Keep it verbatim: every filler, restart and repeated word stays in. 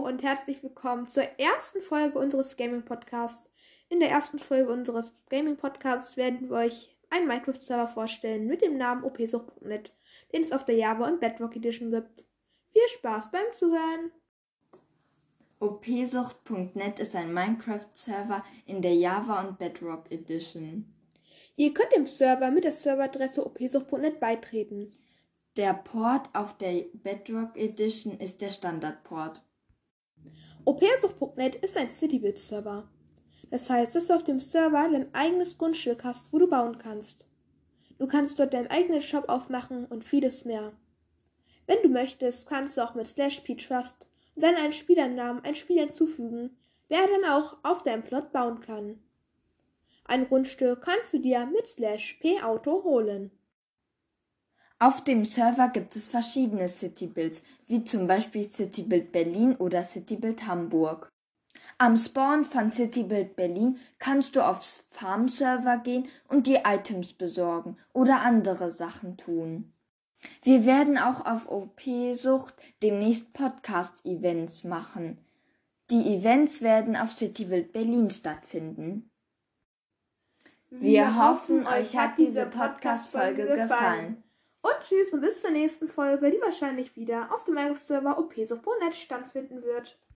und herzlich willkommen zur ersten Folge unseres Gaming-Podcasts. In der ersten Folge unseres Gaming-Podcasts werden wir euch einen Minecraft-Server vorstellen mit dem Namen opsucht punkt net, den es auf der Java und Bedrock Edition gibt. Viel Spaß beim Zuhören! opsucht punkt net ist ein Minecraft-Server in der Java und Bedrock Edition. Ihr könnt dem Server mit der Serveradresse opsucht punkt net beitreten. Der Port auf der Bedrock Edition ist der Standardport. opsucht punkt net ist ein City-Build-Server. Das heißt, dass du auf dem Server dein eigenes Grundstück hast, wo du bauen kannst. Du kannst dort deinen eigenen Shop aufmachen und vieles mehr. Wenn du möchtest, kannst du auch mit slash ptrust und dann einen Spielernamen ein Spiel hinzufügen, wer dann auch auf deinem Plot bauen kann. Ein Grundstück kannst du dir mit slash pauto holen. Auf dem Server gibt es verschiedene City-Builds, wie zum Beispiel City-Build Berlin oder City-Build Hamburg. Am Spawn von City-Build Berlin kannst du aufs Farm-Server gehen und die Items besorgen oder andere Sachen tun. Wir werden auch auf opsucht demnächst Podcast-Events machen. Die Events werden auf City-Build Berlin stattfinden. Wir hoffen, euch hat diese Podcast-Folge gefallen. Und tschüss und bis zur nächsten Folge, die wahrscheinlich wieder auf dem Minecraft-Server opsucht punkt net stattfinden wird.